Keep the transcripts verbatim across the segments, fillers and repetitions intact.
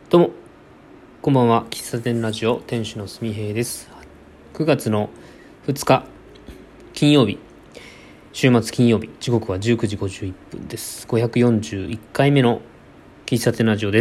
どうもこんばんは。喫茶店ラジオ店主のすみへいです。くがつのふつか金曜日、週末金曜日、時刻はじゅうくじごじゅういっぷんです。ごひゃくよんじゅういっかいめの喫茶店ラジオです。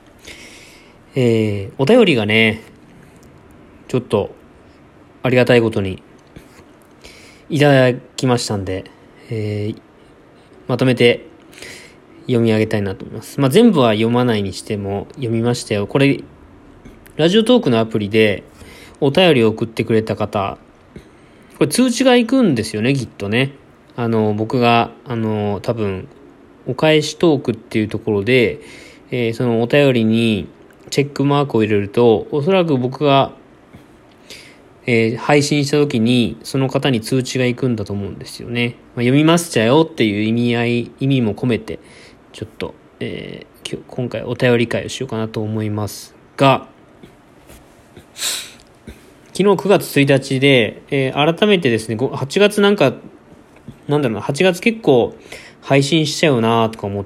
えー、お便りがねちょっとありがたいことにいただきましたんで、えー、まとめて読み上げたいなと思います。まあ、全部は読まないにしても読みましたよ。これラジオトークのアプリでお便りを送ってくれた方、これ通知が行くんですよね、きっとね。あの僕があの多分お返しトークっていうところで、えー、そのお便りにチェックマークを入れると、おそらく僕が、えー、配信した時にその方に通知が行くんだと思うんですよね。まあ、読みましたよっていう意味合い意味も込めてちょっと、えー、今回お便り会をしようかなと思いますが、昨日くがつついたちで、えー、改めてですね、はちがつなんかなんだろうな、はちがつ結構配信しちゃうなとか思って、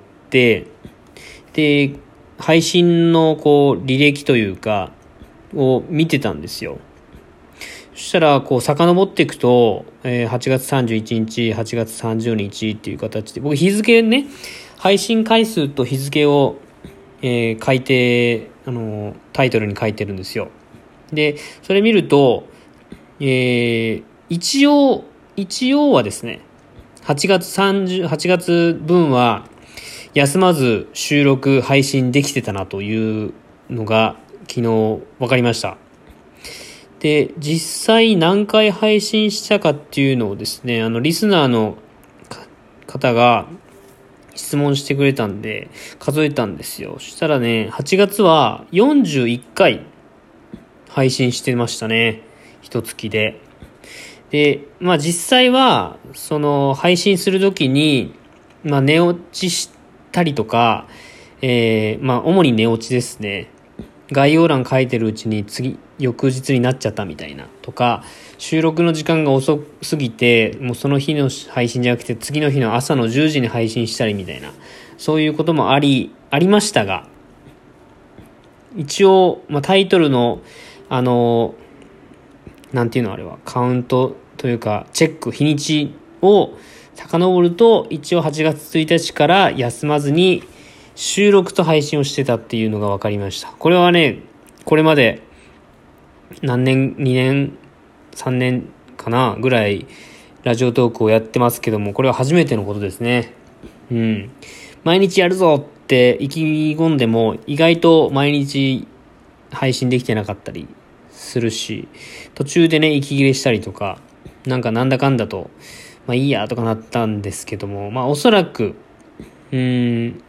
で配信のこう履歴というかを見てたんですよ。そしたらこう遡っていくと、えー、はちがつさんじゅういちにち、はちがつさんじゅうにちっていう形で、僕日付ね、配信回数と日付を、えー、書いて、あのー、タイトルに書いてるんですよ。でそれ見ると、えー、一応一応はですね、はちがつさんじゅうはちがつ分は休まず収録配信できてたなというのが昨日分かりました。で実際何回配信したかっていうのをですね、あのリスナーの方が質問してくれたんで数えたんですよ。そしたらね、はちがつはよんじゅういっかい配信してましたね、一月で。でまあ実際はその配信するときに、まあ、寝落ちしたりとか、えー、まあ主に寝落ちですね。概要欄書いてるうちに次翌日になっちゃったみたいなとか、収録の時間が遅すぎてもうその日の配信じゃなくて次の日の朝のじゅうじに配信したりみたいな、そういうこともありありましたが、一応、まあ、タイトルのあのなんていうの、あれはカウントというかチェック、日にちを遡ると一応はちがつついたちから休まずに収録と配信をしてたっていうのが分かりました。これはね、これまで何年にねんさんねんかなぐらいラジオトークをやってますけども、これは初めてのことですね。うん毎日やるぞって意気込んでも意外と毎日配信できてなかったりするし、途中でね息切れしたりとか、なんかなんだかんだとまあいいやとかなったんですけども、まあおそらくうーん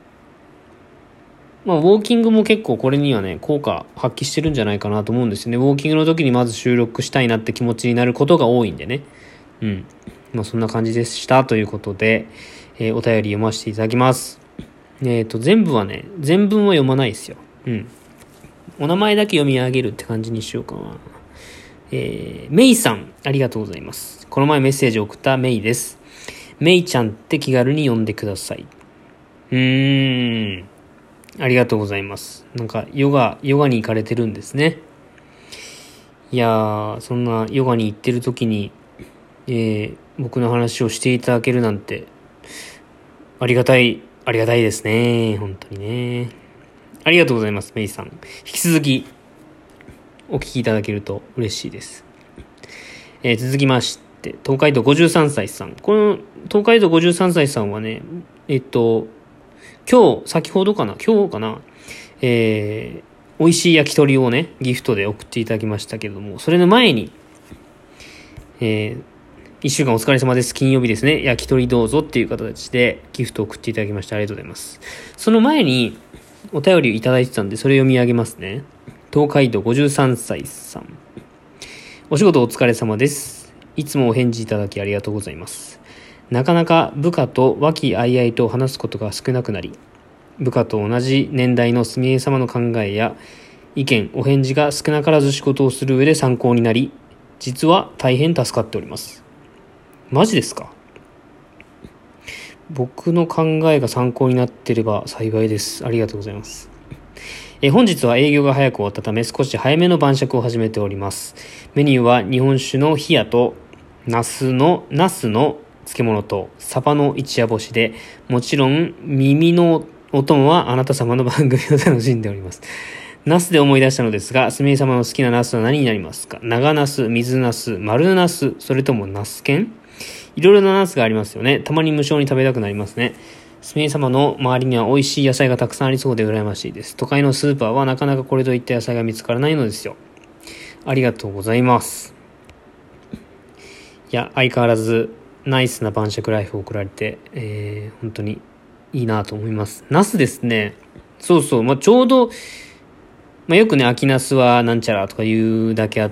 まあ、ウォーキングも結構これにはね効果発揮してるんじゃないかなと思うんですよね。ウォーキングの時にまず収録したいなって気持ちになることが多いんでね。うんまあそんな感じでしたということで、えー、お便り読ませていただきます。えっと全部はね全文は読まないですよ。うんお名前だけ読み上げるって感じにしようかな。えー、メイさん、ありがとうございます。この前メッセージを送ったメイです。メイちゃんって気軽に呼んでください。うーんありがとうございます。なんかヨガヨガに行かれてるんですね。いやー、そんなヨガに行ってる時に、えー、僕の話をしていただけるなんてありがたいありがたいですね。本当にね。ありがとうございます、メイさん。引き続きお聞きいただけると嬉しいです。えー、続きまして東海道ごじゅうさんさいさん。この東海道ごじゅうさんさいさんはね、えっと今日先ほどかな今日かな、えー、美味しい焼き鳥をねギフトで送っていただきましたけれども、それの前に、えー、いっしゅうかんお疲れ様です、金曜日ですね、焼き鳥どうぞっていう形でギフトを送っていただきまして、ありがとうございます。その前にお便りをいただいてたんでそれ読み上げますね。東海道ごじゅうさんさいさん、お仕事お疲れ様です。いつもお返事いただきありがとうございます。なかなか部下と和気あいあいと話すことが少なくなり、部下と同じ年代のすみえ様の考えや意見、お返事が少なからず仕事をする上で参考になり、実は大変助かっております。マジですか？僕の考えが参考になっていれば幸いです。ありがとうございます。 えー本日は営業が早く終わったため少し早めの晩酌を始めております。メニューは日本酒の冷やとナスのナスの漬物とサバの一夜干しで、もちろん耳のお供はあなた様の番組を楽しんでおります。ナスで思い出したのですが、すみれ様の好きなナスは何になりますか？長ナス、水ナス、丸ナス、それともナス犬？いろいろなナスがありますよね。たまに無性に食べたくなりますね。すみれ様の周りには美味しい野菜がたくさんありそうで羨ましいです。都会のスーパーはなかなかこれといった野菜が見つからないのですよ。ありがとうございます。いや、相変わらずナイスな晩酌ライフを送られて、えー、本当にいいなと思います。ナスですね。そうそう、まあ、ちょうど、まあ、よくね、秋ナスはなんちゃらとか言うだけあって、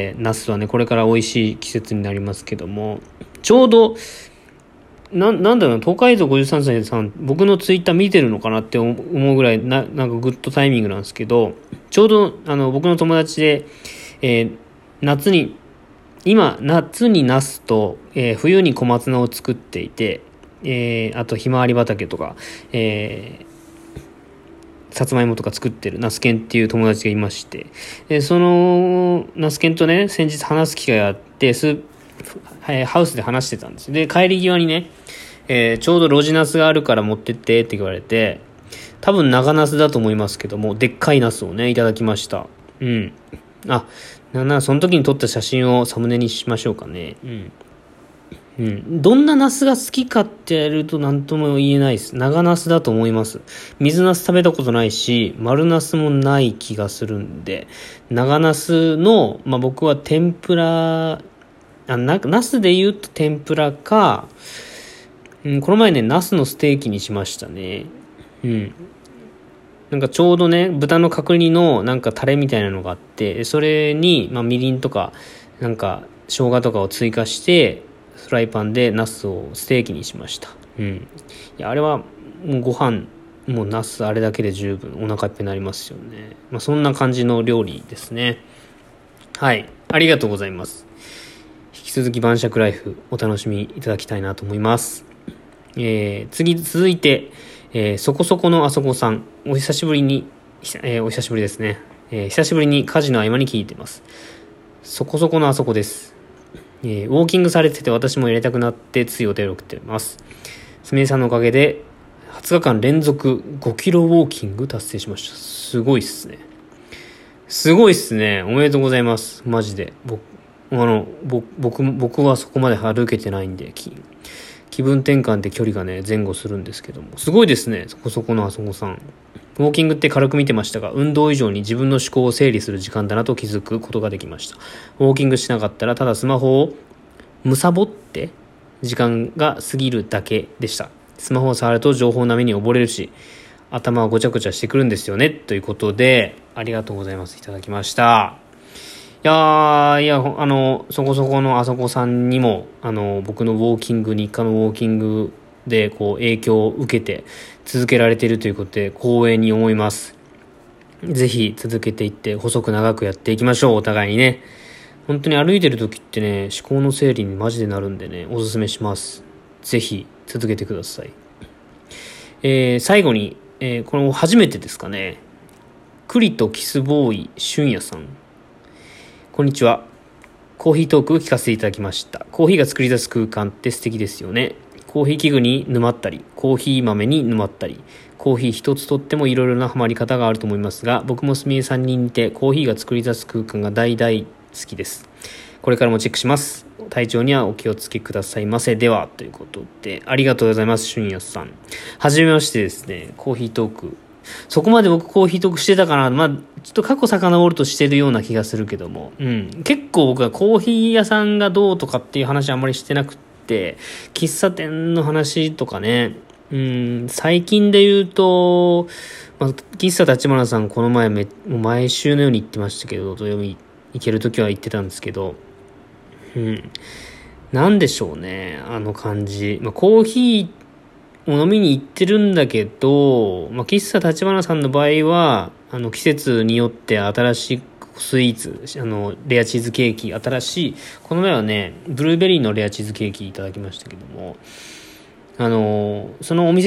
ナスはね、これから美味しい季節になりますけども、ちょうど、な、なんだろうな、東海道ごじゅうさんさいさん、僕のツイッター見てるのかなって思うぐらい、な、なんかグッドタイミングなんですけど、ちょうど、あの、僕の友達で、えー、夏に、今、夏にナスと、えー、冬に小松菜を作っていて、えー、あとひまわり畑とか、えー、さつまいもとか作ってるナスケンっていう友達がいまして、でそのナスケンとね、先日話す機会があって、スハウスで話してたんです。で、帰り際にね、えー、ちょうどロジナスがあるから持ってってって言われて、多分長ナスだと思いますけども、でっかいナスをね、いただきました。うん。あ、なんならその時に撮った写真をサムネにしましょうかね。うん。うん。どんなナスが好きかってやると何とも言えないです。長ナスだと思います。水ナス食べたことないし、丸ナスもない気がするんで、長ナスの、まあ、僕は天ぷら、あ、な、ナスで言うと天ぷらか、うん、この前ね、ナスのステーキにしましたね。うん。なんかちょうどね、豚の角煮のなんかタレみたいなのがあって、それに、まあ、みりんとか、なんか生姜とかを追加して、フライパンでナスをステーキにしました。うん。いや、あれはもうご飯、もうナスあれだけで十分お腹いっぱいになりますよね。まあ、そんな感じの料理ですね。はい。ありがとうございます。引き続き晩酌ライフお楽しみいただきたいなと思います。えー、次、続いて、えー、そこそこのあそこさん、お久しぶりに、えー、お久しぶりですね、えー、久しぶりに家事の合間に聞いてます。そこそこのあそこです。えー、ウォーキングされてて私もやりたくなってついお手を送っています。すみれさんのおかげではつかかん連続ごキロウォーキング達成しました。すごいっすね。すごいっすね。おめでとうございます。マジで。僕、あの、僕、僕はそこまで歩けてないんで、気分転換で距離がね、前後するんですけども。すごいですね。そこそこのあそこさん。ウォーキングって軽く見てましたが、運動以上に自分の思考を整理する時間だなと気づくことができました。ウォーキングしなかったら、ただスマホをむさぼって時間が過ぎるだけでした。スマホを触ると情報並みに溺れるし、頭はごちゃごちゃしてくるんですよね。ということで、ありがとうございます。いただきました。いやー、いや、あの、そこそこのあそこさんにも、あの、僕のウォーキング、日課のウォーキングで、こう、影響を受けて続けられているということで、光栄に思います。ぜひ続けていって、細く長くやっていきましょう、お互いにね。本当に歩いてる時ってね、思考の整理にマジでなるんでね、おすすめします。ぜひ続けてください。えー、最後に、えー、この初めてですかね、栗とキスボーイ俊也さん、こんにちは。コーヒートークを聞かせていただきました。コーヒーが作り出す空間って素敵ですよね。コーヒー器具に沼ったり、コーヒー豆に沼ったり、コーヒー一つとってもいろいろなハマり方があると思いますが、僕もすみれさんに似てコーヒーが作り出す空間が大々好きです。これからもチェックします。体調にはお気をつけくださいませ。では、ということで、ありがとうございます、俊也さん。はじめましてですね、コーヒートーク。そこまで僕コーヒートークしてたかな。まあ、ちょっと過去遡るとしてるような気がするけども。うん。結構僕はコーヒー屋さんがどうとかっていう話あんまりしてなくって、喫茶店の話とかね。うん、最近で言うと、まあ、喫茶立花さんこの前め、もう毎週のように行ってましたけど、土曜日行けるときは行ってたんですけど、うん。なんでしょうね、あの感じ。まあ、コーヒー、飲みに行ってるんだけど、まあ、喫茶立花さんの場合は、あの、季節によって新しいスイーツ、あの、レアチーズケーキ、新しい、この前はね、ブルーベリーのレアチーズケーキいただきましたけども、あの、そのお店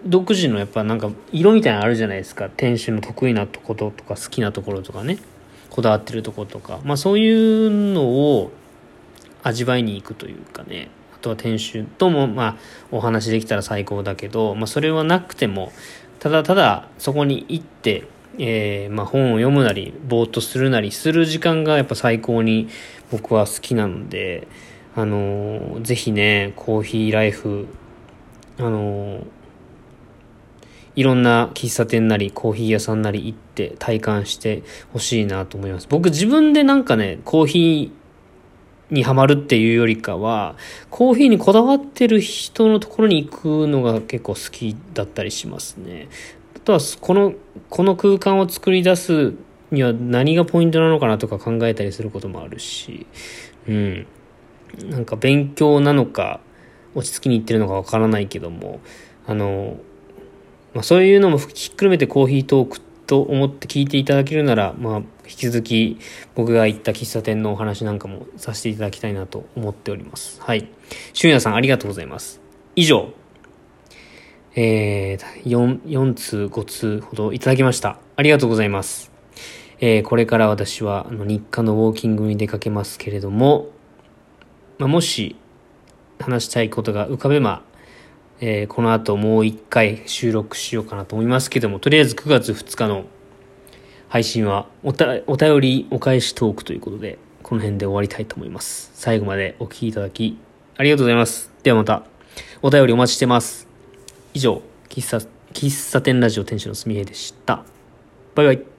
独自のやっぱなんか色みたいなのあるじゃないですか。店主の得意なとこととか好きなところとかね、こだわってるところとか、まあそういうのを味わいに行くというかね、あとは店主ともまあお話できたら最高だけど、まあそれはなくてもただただそこに行って、えー、まあ本を読むなりぼーっとするなりする時間がやっぱ最高に僕は好きなので、あのー、ぜひねコーヒーライフ、あのー、いろんな喫茶店なりコーヒー屋さんなり行って体感してほしいなと思います。僕自分でなんかねコーヒーにハマるっていうよりかはコーヒーにこだわってる人のところに行くのが結構好きだったりしますね。あとはこのこの空間を作り出すには何がポイントなのかなとか考えたりすることもあるし、うんなんか勉強なのか落ち着きに行ってるのかわからないけども、あの、まあ、そういうのもひっくるめてコーヒートークと思って聞いていただけるなら、まあ、引き続き僕が行った喫茶店のお話なんかもさせていただきたいなと思っております。はい。しゅんやさんありがとうございます。以上、えー、よん、よん通ご通ほどいただきました。ありがとうございます。えー、これから私はあの日課のウォーキングに出かけますけれども、まあ、もし話したいことが浮かべば、えー、この後もう一回収録しようかなと思いますけども、とりあえずくがつふつかの配信はおたお便りお返しトークということで、この辺で終わりたいと思います。最後までお聞きいただきありがとうございます。ではまたお便りお待ちしてます。以上、喫茶、喫茶店ラジオ店主のすみへいでした。バイバイ。